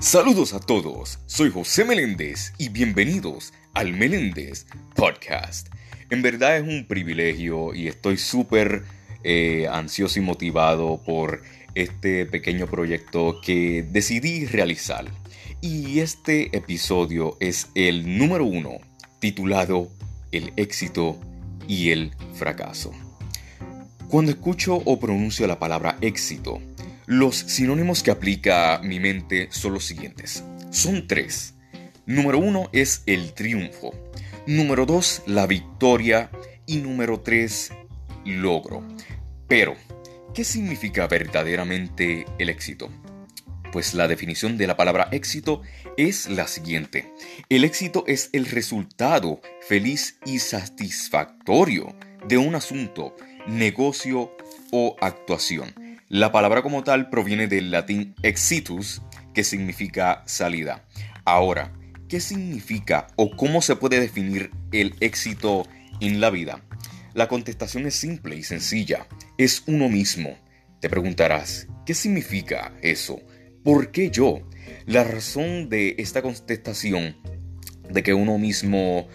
Saludos a todos, soy José Meléndez y bienvenidos al Meléndez Podcast. En verdad es un privilegio y estoy súper ansioso y motivado por este pequeño proyecto que decidí realizar. Y este episodio es el número 1, titulado El éxito y el fracaso. Cuando escucho o pronuncio la palabra éxito, los sinónimos que aplica mi mente son los siguientes. Son 3. Número 1 es el triunfo. Número 2, la victoria. Y número 3, logro. Pero, ¿qué significa verdaderamente el éxito? Pues la definición de la palabra éxito es la siguiente. El éxito es el resultado feliz y satisfactorio de un asunto, negocio o actuación. La palabra como tal proviene del latín exitus, que significa salida. Ahora, ¿qué significa o cómo se puede definir el éxito en la vida? La contestación es simple y sencilla. Es uno mismo. Te preguntarás, ¿qué significa eso? ¿Por qué yo? La razón de esta contestación de que uno mismo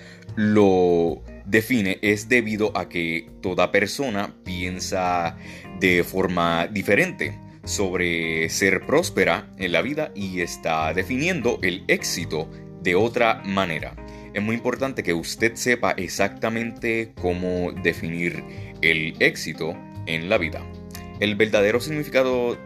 lo define es debido a que toda persona piensa de forma diferente sobre ser próspera en la vida y está definiendo el éxito de otra manera. Es muy importante que usted sepa exactamente cómo definir el éxito en la vida. El verdadero significado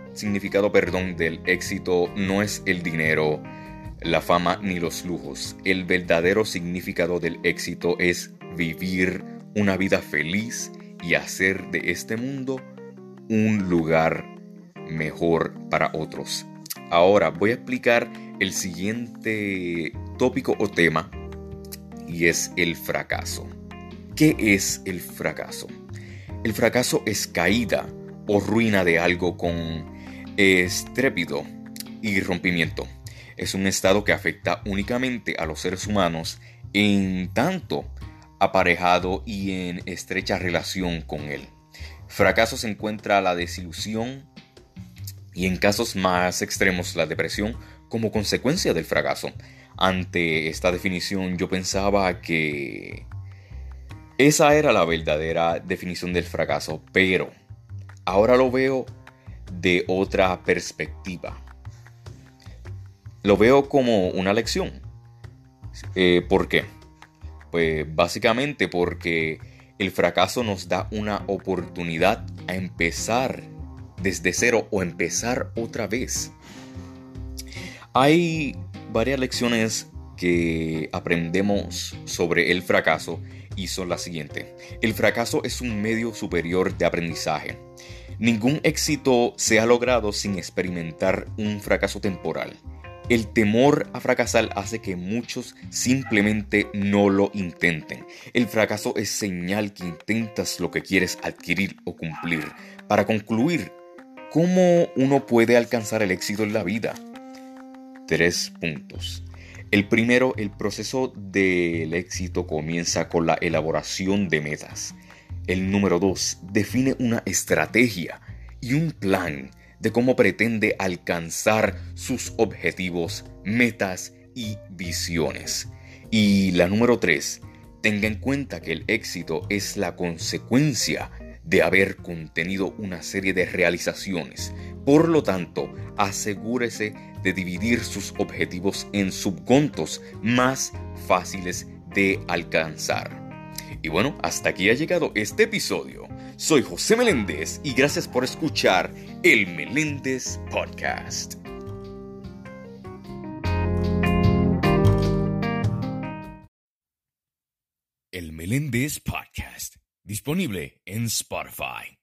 del éxito no es el dinero, la fama ni los lujos. El verdadero significado del éxito es vivir una vida feliz y hacer de este mundo un lugar mejor para otros. Ahora voy a explicar el siguiente tópico o tema y es el fracaso. ¿Qué es el fracaso? El fracaso es caída o ruina de algo con estrépito y rompimiento. Es un estado que afecta únicamente a los seres humanos en tanto aparejado y en estrecha relación con él. Fracaso se encuentra la desilusión y en casos más extremos la depresión como consecuencia del fracaso. Ante esta definición yo pensaba que esa era la verdadera definición del fracaso, pero ahora lo veo de otra perspectiva. Lo veo como una lección. ¿Por qué? Pues básicamente porque el fracaso nos da una oportunidad a empezar desde cero o empezar otra vez. Hay varias lecciones que aprendemos sobre el fracaso y son las siguientes. El fracaso es un medio superior de aprendizaje. Ningún éxito se ha logrado sin experimentar un fracaso temporal. El temor a fracasar hace que muchos simplemente no lo intenten. El fracaso es señal que intentas lo que quieres adquirir o cumplir. Para concluir, ¿cómo uno puede alcanzar el éxito en la vida? 3 puntos. El primero, el proceso del éxito comienza con la elaboración de metas. El número 2, define una estrategia y un plan de cómo pretende alcanzar sus objetivos, metas y visiones. Y la número 3, tenga en cuenta que el éxito es la consecuencia de haber contenido una serie de realizaciones. Por lo tanto, asegúrese de dividir sus objetivos en subcontos más fáciles de alcanzar. Y bueno, hasta aquí ha llegado este episodio. Soy José Meléndez y gracias por escuchar el Meléndez Podcast. El Meléndez Podcast, disponible en Spotify.